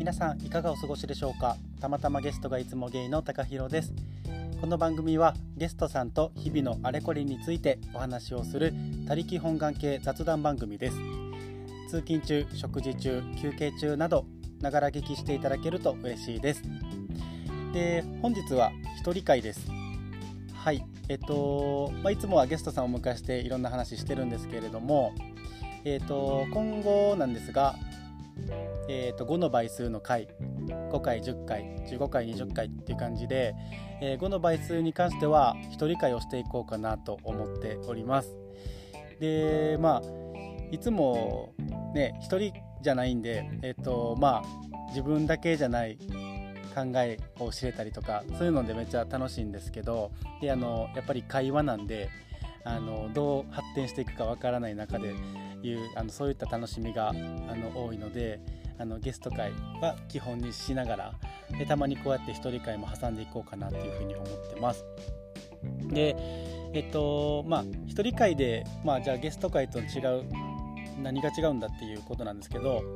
皆さんいかがお過ごしでしょうか。たまたまゲストがいつもゲイの高弘です。この番組はゲストさんと日々のあれこれについてお話をする他力本願系雑談番組です。通勤中、食事中、休憩中などながら聞きしていただけると嬉しいです。で、本日は一人会です。はい、いつもはゲストさんをお迎えしていろんな話してるんですけれども、今後なんですが、5の倍数の回、5回、10回、15回、20回っていう感じで、5の倍数に関しては一人会をしていこうかなと思っております。で、いつもね、一人じゃないんで、自分だけじゃない考えを知れたりとか、そういうのでめっちゃ楽しいんですけど、でやっぱり会話なんで、どう発展していくかわからない中でそういった楽しみが多いので、ゲスト会は基本にしながら、でたまにこうやって一人会も挟んでいこうかなっていうふうに思ってます。で、一人会で、じゃあゲスト会と何が違うんだっていうことなんですけど、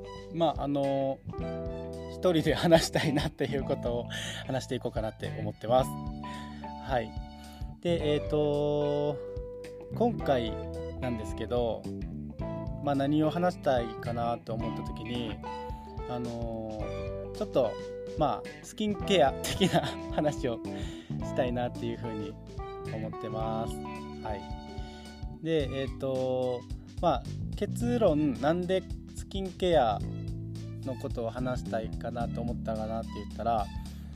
一人で話したいなっていうことを話していこうかなって思ってます。はい。で、今回なんですけど、何を話したいかなと思った時に、ちょっとスキンケア的な話をしたいなっていうふうに思ってます。はい。で、結論、なんでスキンケアのことを話したいかなと思ったかなって言ったら、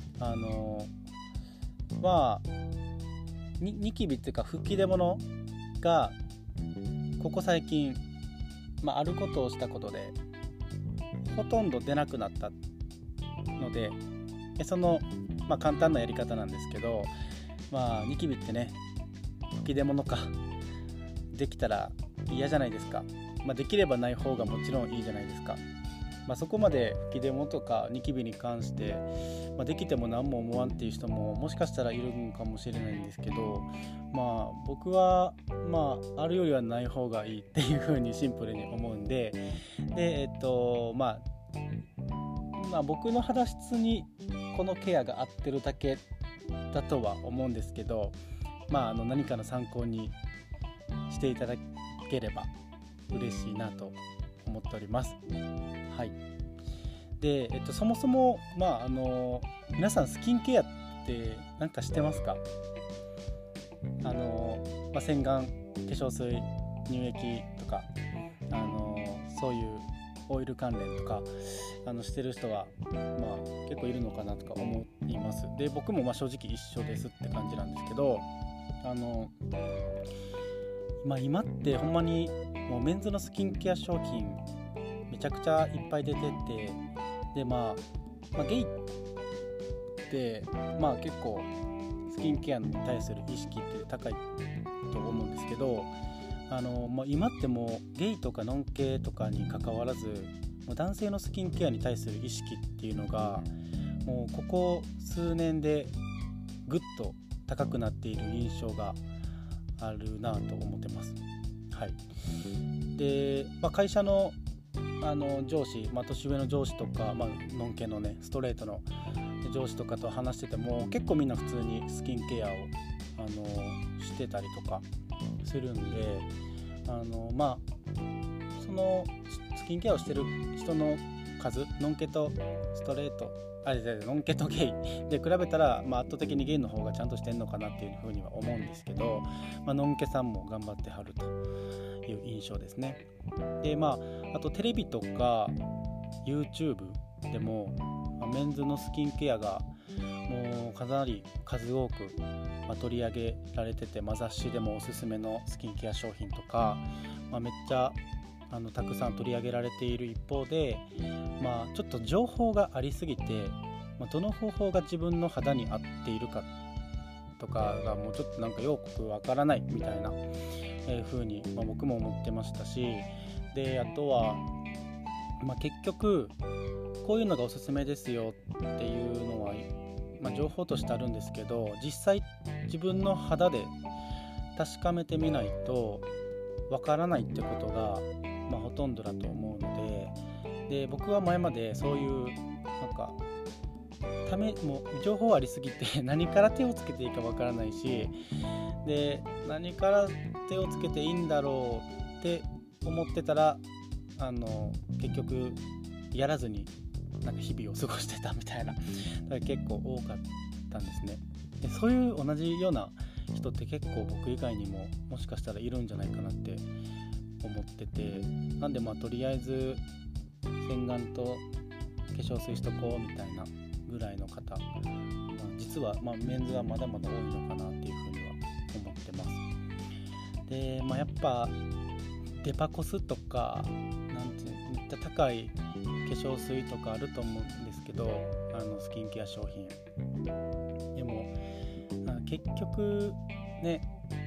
ニキビっていうか吹き出物がここ最近、あることをしたことでほとんど出なくなったので、その、簡単なやり方なんですけど、ニキビってね、吹き出物かできたら嫌じゃないですか。できればない方がもちろんいいじゃないですか。そこまで吹き出物とかニキビに関して、できても何も思わんっていう人ももしかしたらいるのかもしれないんですけど、僕はあるよりはない方がいいっていう風にシンプルに思うんで、僕の肌質にこのケアが合ってるだけだとは思うんですけど、何かの参考にしていただければ嬉しいなと思っております。はい。で、そもそも皆さんスキンケアって何かしてますか？洗顔、化粧水、乳液とかそういうオイル関連とかしてる人は結構いるのかなとか思います。で、僕も正直一緒ですって感じなんですけど、今ってほんまにもうメンズのスキンケア商品めちゃくちゃいっぱい出てて、でゲイって結構スキンケアに対する意識って高いと思うんですけど、今ってもうゲイとかノンケとかに関わらず、男性のスキンケアに対する意識っていうのがもうここ数年でぐっと高くなっている印象があるなと思ってます。はい。で、会社の上司、年上の上司とか、ノンケのね、ストレートの上司とかと話してても結構みんな普通にスキンケアをしてたりとかするんで、そのスキンケアをしてる人の数、ノンケとストレート、ノンケとゲイで比べたら、圧倒的にゲイの方がちゃんとしてんのかなっていうふうには思うんですけど、ノンケさんも頑張ってはるという印象ですね。で、あとテレビとか YouTube でも、メンズのスキンケアがもうかなり数多く、取り上げられてて、雑誌でもおすすめのスキンケア商品とか、めっちゃたくさん取り上げられている一方で、ちょっと情報がありすぎて、どの方法が自分の肌に合っているかとかがもうちょっとよくわからないみたいな風に、僕も思ってましたし、で、あとは、結局こういうのがおすすめですよっていうのは、情報としてあるんですけど、実際自分の肌で確かめてみないとわからないってことが、ほとんどだと思うので、 で僕は前までそういうなんかもう情報ありすぎて何から手をつけていいかわからないし、で何から手をつけていいんだろうって思ってたら結局やらずになんか日々を過ごしてたみたいな結構多かったんですね。でそういう同じような人って結構僕以外にももしかしたらいるんじゃないかなって思ってて、なんでとりあえず洗顔と化粧水しとこうみたいなぐらいの方、実はメンズはまだまだ多いのかなっていうふうには思ってます。で、やっぱデパコスとかめっちゃ高い化粧水とかあると思うんですけど、スキンケア商品でも結局ね、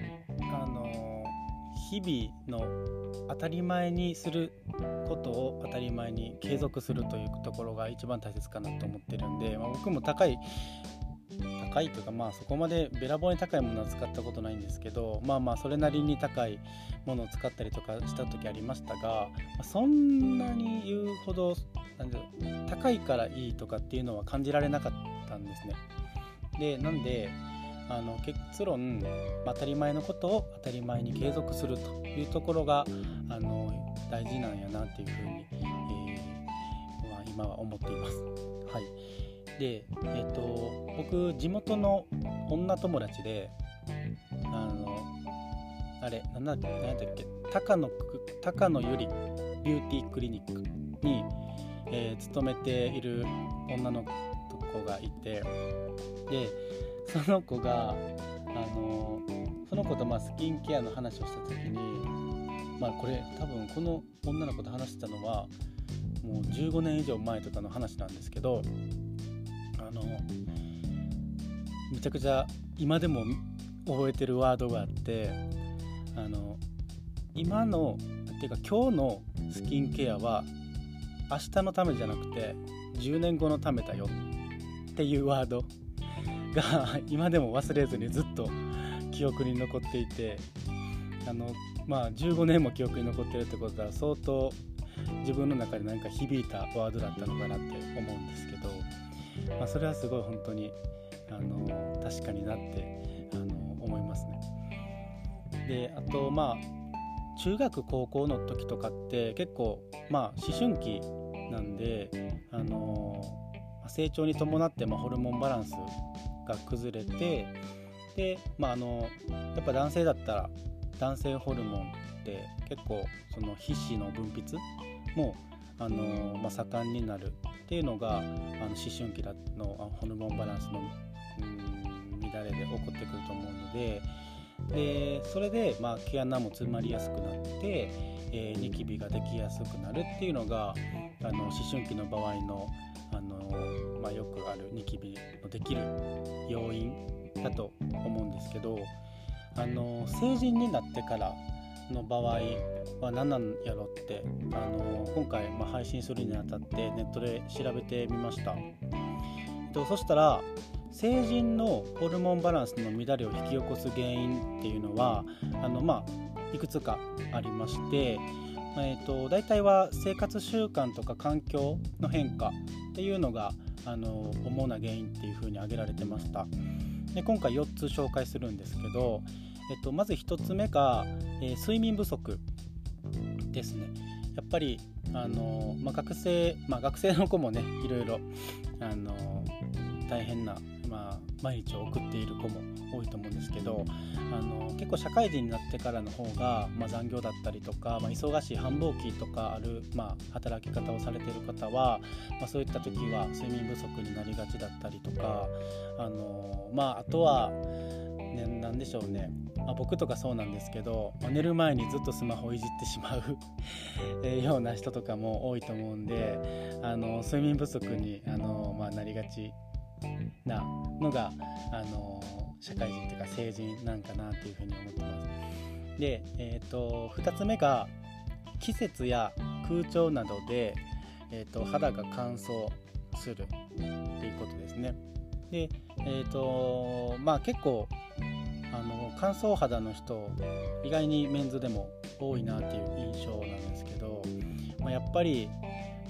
日々の当たり前にすることを当たり前に継続するというところが一番大切かなと思ってるんで、僕も高いというかそこまでべらぼうに高いものは使ったことないんですけど、それなりに高いものを使ったりとかした時ありましたが、そんなに言うほど高いからいいとかっていうのは感じられなかったんですね。でなんで結論、当たり前のことを当たり前に継続するというところが大事なんやなっていうふうに、今は思っています。はい。で、僕地元の女友達でなんだっけ高野ゆりビューティークリニックに、勤めている女の子がいて、でその子とスキンケアの話をした時に、これ多分この女の子と話したのはもう15年以上前とかの話なんですけど、めちゃくちゃ今でも覚えてるワードがあって、今のっていうか今日のスキンケアは明日のためじゃなくて10年後のためだよっていうワードが今でも忘れずにずっと記憶に残っていて、15年も記憶に残ってるってことは相当自分の中で何か響いたワードだったのかなって思うんですけど、それはすごい本当に確かになって思いますね。であと中学高校の時とかって結構思春期なんで成長に伴ってホルモンバランスが崩れて、でやっぱ男性だったら男性ホルモンって結構その皮脂の分泌も盛んになるっていうのが思春期のホルモンバランスの乱れで起こってくると思うので、それで毛穴も詰まりやすくなって、ニキビができやすくなるっていうのが思春期の場合のよくあるニキビのできる要因だと思うんですけど、成人になってからの場合は何なんやろって今回配信するにあたってネットで調べてみました。そしたら成人のホルモンバランスの乱れを引き起こす原因っていうのはいくつかありまして、大体は生活習慣とか環境の変化っていうのが主な原因っていうふうに挙げられてました。で今回4つ紹介するんですけど、まず1つ目が、睡眠不足ですね。やっぱり学生の子もねいろいろ大変な、毎日を送っている子も多いと思うんですけど、結構社会人になってからの方が、残業だったりとか、忙しい繁忙期とかある、働き方をされている方は、そういった時は睡眠不足になりがちだったりとか、あとは、なんでしょうね、僕とかそうなんですけど、寝る前にずっとスマホをいじってしまうような人とかも多いと思うんで、睡眠不足になりがちなのが社会人というか成人なんかなというふうに思ってます。で、2つ目が季節や空調などで、肌が乾燥するっていうことですね。で、結構乾燥肌の人意外にメンズでも多いなっていう印象なんですけど、やっぱり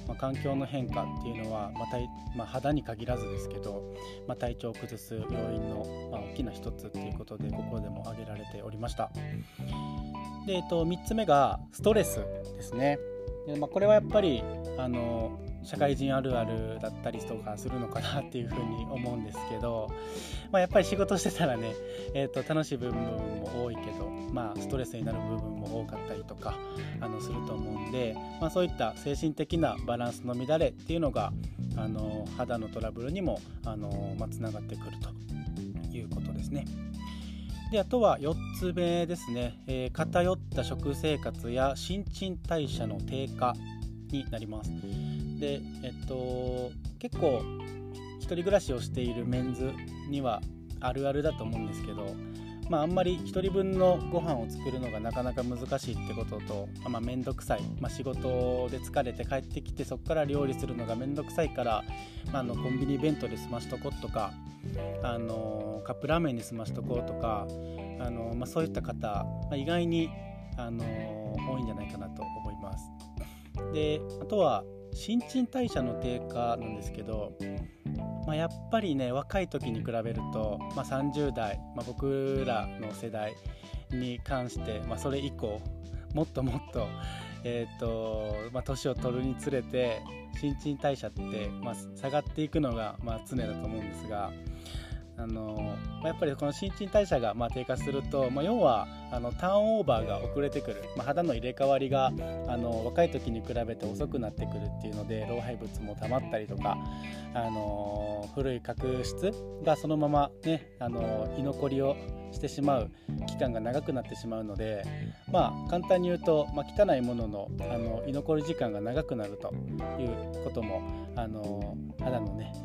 環境の変化っていうのは、肌に限らずですけど、体調を崩す要因の、大きな一つっていうことでここでも挙げられておりました。で、3つ目がストレスですね。で、これはやっぱり社会人あるあるだったりとかするのかなっていうふうに思うんですけど、やっぱり仕事してたらね、楽しい部分も多いけど、ストレスになる部分も多かったりとかすると思うんで、そういった精神的なバランスの乱れっていうのが肌のトラブルにもつながってくるということですね。で、あとは4つ目ですね、偏った食生活や新陳代謝の低下になります。で、結構一人暮らしをしているメンズにはあるあるだと思うんですけど、あんまり一人分のご飯を作るのがなかなか難しいってことと、めんどくさい、仕事で疲れて帰ってきてそこから料理するのがめんどくさいから、コンビニ弁当で済ましとこうとか、カップラーメンに済ましとこうとか、そういった方、意外に多いんじゃないかなと思います。で、あとは新陳代謝の低下なんですけど、やっぱりね、若い時に比べると、30代、僕らの世代に関して、それ以降もっともっと、年を取るにつれて新陳代謝って、下がっていくのが、常だと思うんですが、やっぱりこの新陳代謝が低下すると、要はターンオーバーが遅れてくる、肌の入れ替わりが若い時に比べて遅くなってくるっていうので、老廃物も溜まったりとか、古い角質がそのままね、居残りをしてしまう期間が長くなってしまうので、簡単に言うと、汚いものの、居残り時間が長くなるということも肌のね、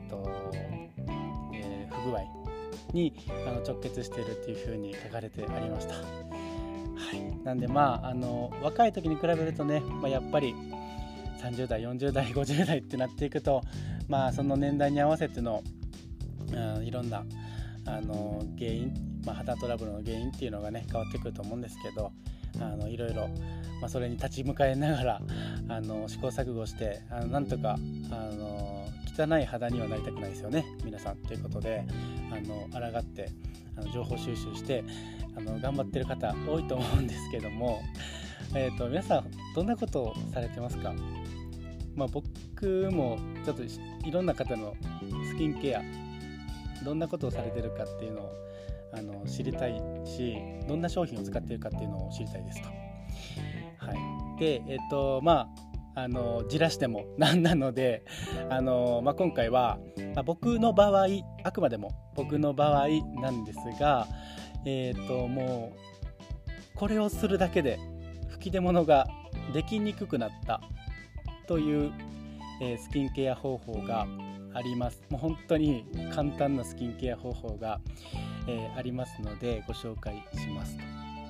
不具合に直結しているっていう風に書かれてありました。なんで若い時に比べるとね、やっぱり30代40代50代ってなっていくと、その年代に合わせてのいろんな原因、肌トラブルの原因っていうのがね変わってくると思うんですけど、いろいろ、それに立ち向かいながら試行錯誤してなんとか汚い肌にはなりたくないですよね、皆さんということで、抗って情報収集して頑張ってる方多いと思うんですけども、皆さんどんなことをされてますか？僕もちょっといろんな方のスキンケアどんなことをされてるかっていうのを知りたいし、どんな商品を使っているかっていうのを知りたいですと。で、じらしてもなんなので、今回は、僕の場合、あくまでも僕の場合なんですが、もうこれをするだけで吹き出物ができにくくなったという、スキンケア方法があります。もう本当に簡単なスキンケア方法が、ありますのでご紹介しますと。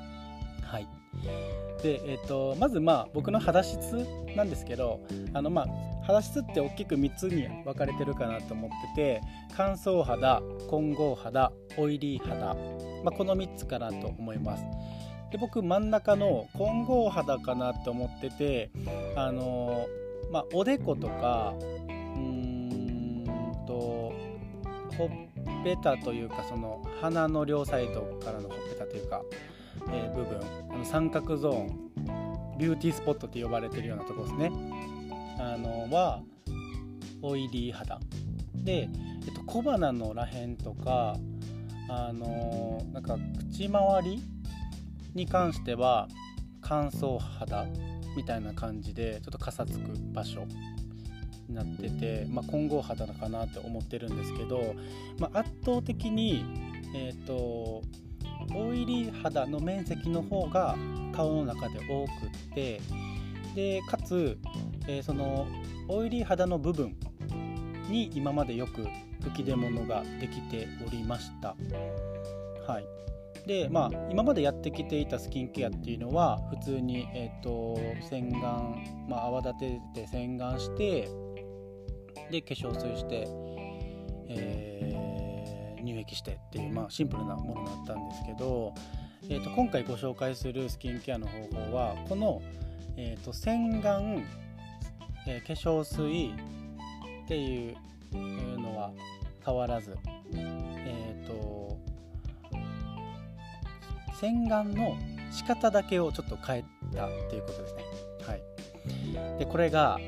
で、まず僕の肌質なんですけど、肌質って大きく3つに分かれてるかなと思ってて、乾燥肌、混合肌、オイリー肌、この3つかなと思います。で、僕真ん中の混合肌かなと思ってて、おでことかほっぺたというか、その鼻の両サイドからのほっぺたというか、部分、三角ゾーン、ビューティースポットって呼ばれてるようなところですね。はオイリー肌で、小鼻のらへんとか、なんか口周りに関しては乾燥肌みたいな感じで、ちょっとかさつく場所になってて、混合肌かなと思ってるんですけど、圧倒的にオイリー肌の面積の方が顔の中で多くって、でかつ、そのオイリー肌の部分に今までよく吹き出物ができておりました。で、今までやってきていたスキンケアっていうのは普通に、洗顔、泡立てて洗顔して、で化粧水して、乳液してっていう、シンプルなものだったんですけど、今回ご紹介するスキンケアの方法はこの、洗顔、 化粧水っていうのは変わらず、洗顔の仕方だけをちょっと変えたっていうことですね。はい。でこれが、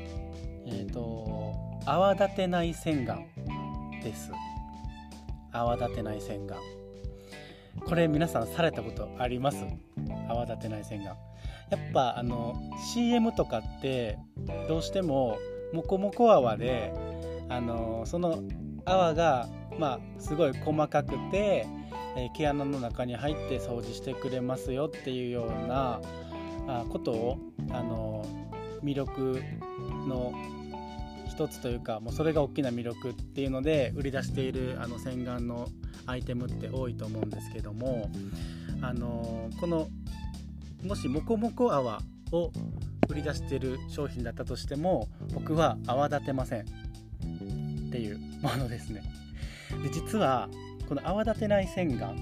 泡立てない洗顔です。泡立てない洗顔、これ皆さんされたことあります？泡立てない洗顔。やっぱCM とかってどうしてもモコモコ泡でその泡がすごい細かくて、毛穴の中に入って掃除してくれますよっていうようなことを魅力の一つというか、もうそれが大きな魅力っていうので売り出している洗顔のアイテムって多いと思うんですけども、このもしモコモコ泡を売り出している商品だったとしても、僕は泡立てませんっていうものですね。で実はこの泡立てない洗顔、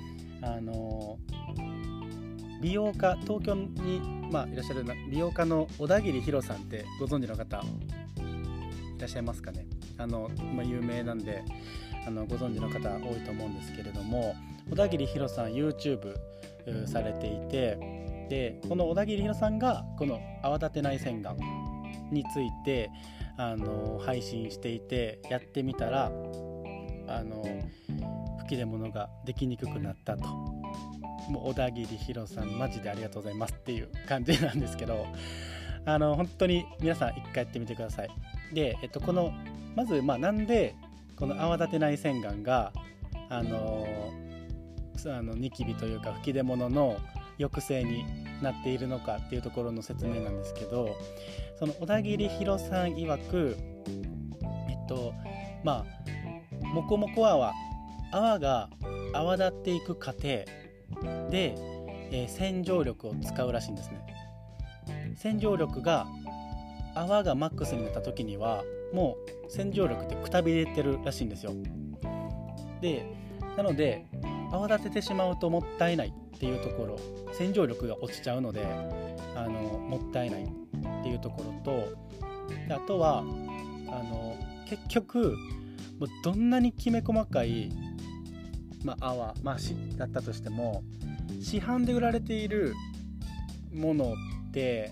美容家、東京に、いらっしゃる美容家の小田切ヒロさんってご存知の方いらっしゃいますかね。有名なんでご存知の方多いと思うんですけれども、小田切ヒロさん YouTube されていて、でこの小田切ヒロさんがこの泡立てない洗顔について配信していて、やってみたら吹き出物ができにくくなったと。もう小田切ヒロさんマジでありがとうございますっていう感じなんですけど、本当に皆さん一回やってみてください。で、このまずなんでこの泡立てない洗顔がニキビというか吹き出物の抑制になっているのかっていうところの説明なんですけど、その小田切ヒロさん曰くモコモコ泡が泡立っていく過程で、洗浄力を使うらしいんですね。洗浄力が泡がマックスになった時にはもう洗浄力ってくたびれてるらしいんですよ。でなので泡立ててしまうともったいないっていうところ、洗浄力が落ちちゃうのでもったいないっていうところと、であとは結局もうどんなにきめ細かい、泡、だったとしても市販で売られているものって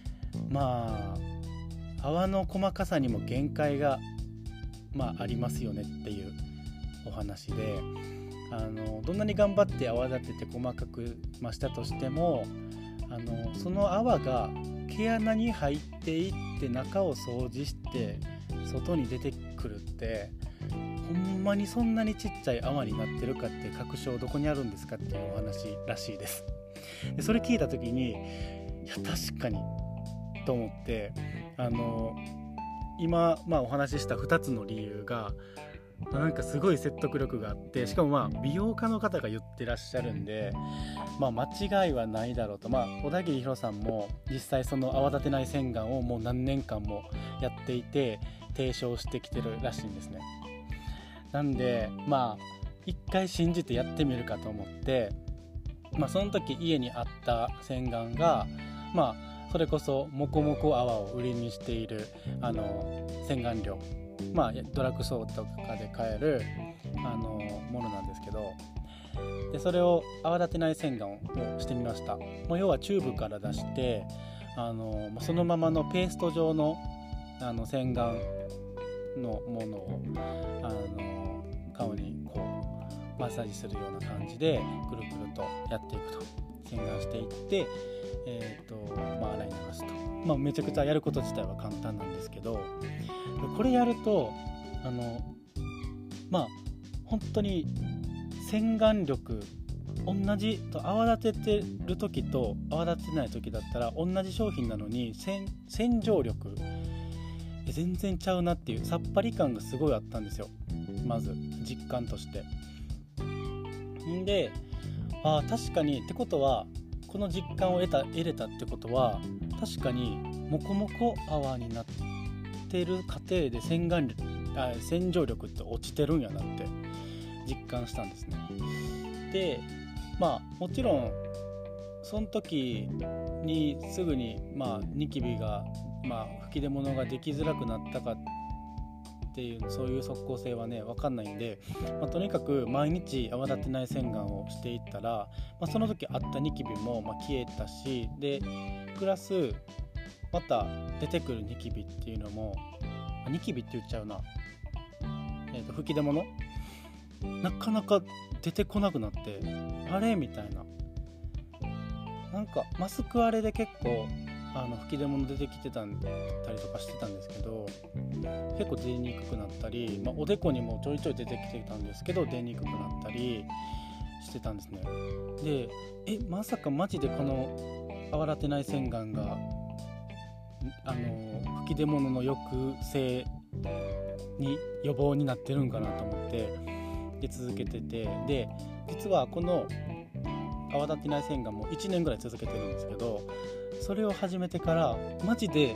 泡の細かさにも限界が、ありますよねっていうお話で、どんなに頑張って泡立てて細かくしたとしてもその泡が毛穴に入っていって中を掃除して外に出てくるって、ほんまにそんなにちっちゃい泡になってるかって確証どこにあるんですかっていうお話らしいです。でそれ聞いた時に、いや確かにと思って、今、お話しした2つの理由がなんかすごい説得力があって、しかも美容家の方が言ってらっしゃるんで、間違いはないだろうと。小田切ヒロさんも実際その泡立てない洗顔をもう何年間もやっていて提唱してきてるらしいんですね。なんで一回信じてやってみるかと思って、その時家にあった洗顔がそれこそモコモコ泡を売りにしている洗顔料、ドラッグストアとかで買えるものなんですけど、でそれを泡立てない洗顔をしてみました。もう要はチューブから出してそのままのペースト状の洗顔のものを顔にマッサージするような感じでくるくるとやっていくと、洗顔していって洗い流すと、めちゃくちゃやること自体は簡単なんですけど、これやると本当に洗顔力同じと、泡立ててる時と泡立ててない時だったら同じ商品なのに洗浄力全然ちゃうなっていうさっぱり感がすごいあったんですよ。まず実感としてで、確かにってことはこの実感を得れたってことは、確かにモコモコ泡になってる過程で洗浄力って落ちてるんやなって実感したんですね。でもちろんその時にすぐにニキビが吹き出物ができづらくなったかっていう、そういう即効性はね分かんないんで、とにかく毎日泡立て内洗顔をしていったら、その時あったニキビも消えたし、でプラスまた出てくるニキビっていうのも、ニキビって言っちゃうな、吹き出物なかなか出てこなくなって、あれみたいな、なんかマスクあれで結構吹き出物出てきてたりとかしてたんですけど、結構出にくくなったり、おでこにもちょいちょい出てきてたんですけど出にくくなったりしてたんですね。でまさかマジでこの泡立て内洗顔が吹き出物の抑制に予防になってるんかなと思ってで続けてて、で実はこの泡立て内洗顔も1年ぐらい続けてるんですけど、それを始めてからマジで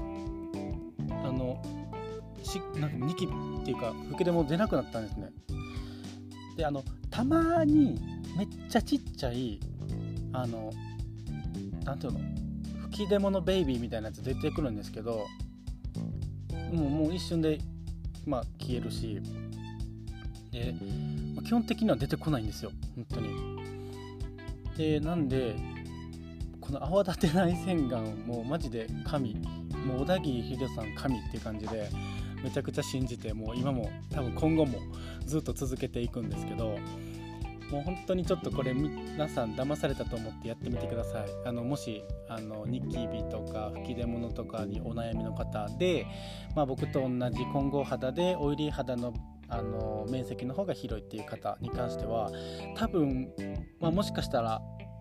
なんかニキビっていうか吹き出物出なくなったんですね。でたまにめっちゃちっちゃいなんていうの、吹き出物ベイビーみたいなやつ出てくるんですけど、もう一瞬で消えるし、で基本的には出てこないんですよ本当に。でなんでこの泡立て内洗顔もうマジで神、もう小田切秀さん神っていう感じでめちゃくちゃ信じて、もう今も多分今後もずっと続けていくんですけど、もう本当にちょっとこれ皆さん騙されたと思ってやってみてください。もしニキビとか吹き出物とかにお悩みの方で、僕と同じ混合肌でオイリー肌の面積の方が広いっていう方に関しては多分、もしかしたら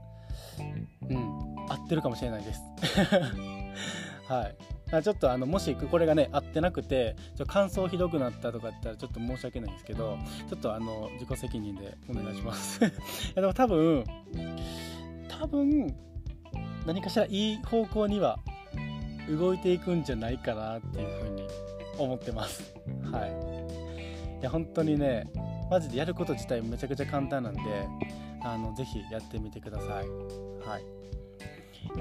合ってるかもしれないですはい、ちょっともしこれがね合ってなくて乾燥ひどくなったとかだったらちょっと申し訳ないんですけど、ちょっと自己責任でお願いしますでも多分何かしらいい方向には動いていくんじゃないかなっていうふうに思ってますはい。いや本当にねマジでやること自体めちゃくちゃ簡単なんでぜひやってみてください。はい。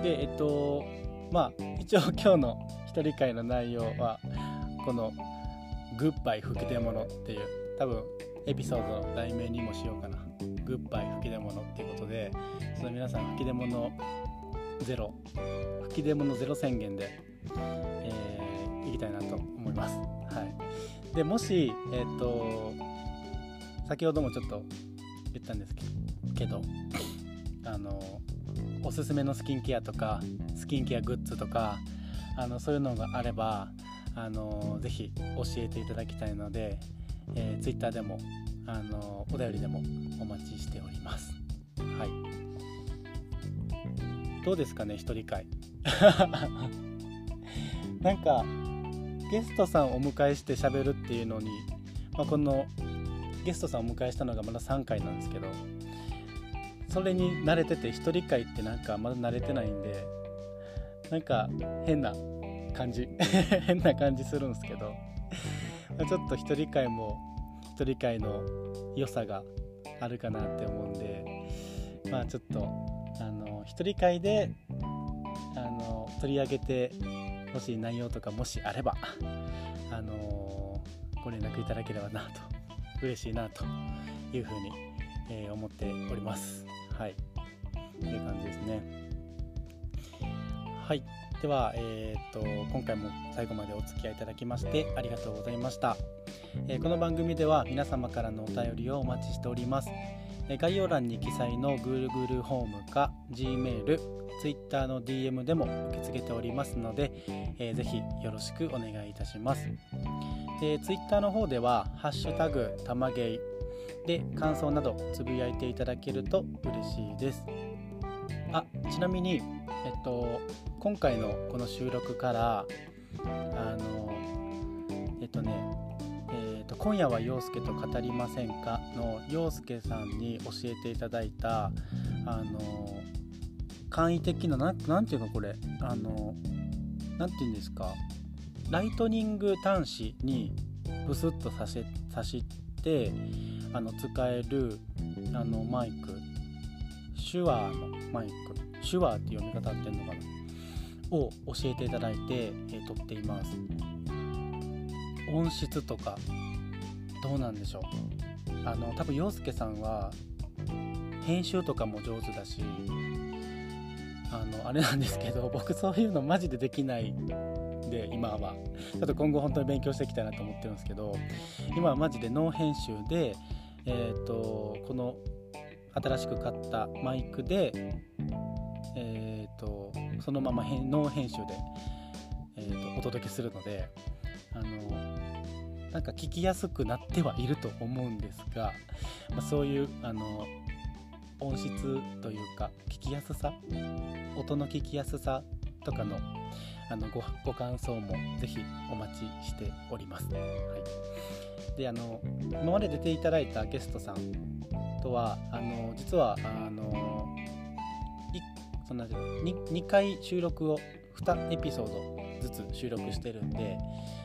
で一応今日の一人会の内容はこのグッバイ吹き出物っていう、多分エピソードの題名にもしようかな、グッバイ吹き出物っていうことで、その皆さん吹き出物ゼロ宣言で、いきたいなと思います。はい。でもし先ほどもちょっと言ったんですけどおすすめのスキンケアとかスキンケアグッズとかそういうのがあればぜひ教えていただきたいので、Twitter でもお便りでもお待ちしております。はい。どうですかね一人会なんかゲストさんをお迎えして喋るっていうのに、このゲストさんをお迎えしたのがまだ3回なんですけど、それに慣れてて一人会ってなんかまだ慣れてないんで、なんか変な感じ変な感じするんですけど、ちょっと一人会も一人会の良さがあるかなって思うんで、ちょっと一人会で取り上げてほしい内容とかもしあればご連絡いただければなと嬉しいなというふうに、思っております。はい、という感じですね。はい、では、今回も最後までお付き合いいただきましてありがとうございました。この番組では皆様からのお便りをお待ちしております。概要欄に記載の Google ホームか Gmail、Twitter の DM でも受け付けておりますので、ぜひよろしくお願いいたします。Twitter の方ではハッシュタグたまげいで感想などつぶやいていただけると嬉しいです。ちなみに、今回のこの収録から今夜は陽介と語りませんかの陽介さんに教えていただいた簡易的ななんていうのこれなんていうんですか、ライトニング端子にブスッと差して使えるマイク、手話のマイク手話って読み方合ってんのかなを教えていただいて、撮っています。音質とかどうなんでしょう。多分陽介さんは編集とかも上手だし、あれなんですけど、僕そういうのマジでできないで、今はちょっと今後本当に勉強していきたいなと思ってるんですけど、今はマジでノー編集で、この新しく買ったマイクで、そのままノー編集で、お届けするので、なんか聞きやすくなってはいると思うんですが、そういう音質というか聞きやすさ、音の聞きやすさとかのご感想もぜひお待ちしております。はい、で今まで出ていただいたゲストさんとは実は2回収録を2エピソードずつ収録してるんで、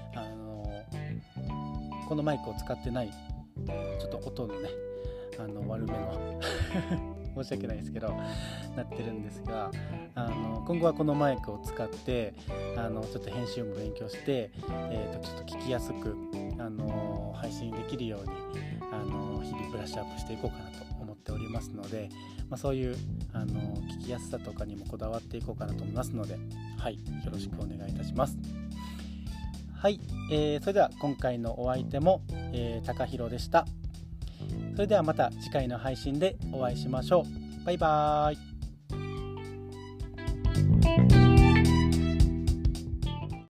このマイクを使ってないちょっと音のね悪めの申し訳ないですけどなってるんですが、今後はこのマイクを使ってちょっと編集も勉強して、ちょっと聞きやすく配信できるように日々ブラッシュアップしていこうかなと思っておりますので、そういう聞きやすさとかにもこだわっていこうかなと思いますので、はい、よろしくお願いいたします。はい、それでは今回のお相手も、高弘でした。それではまた次回の配信でお会いしましょう。バイバーイ。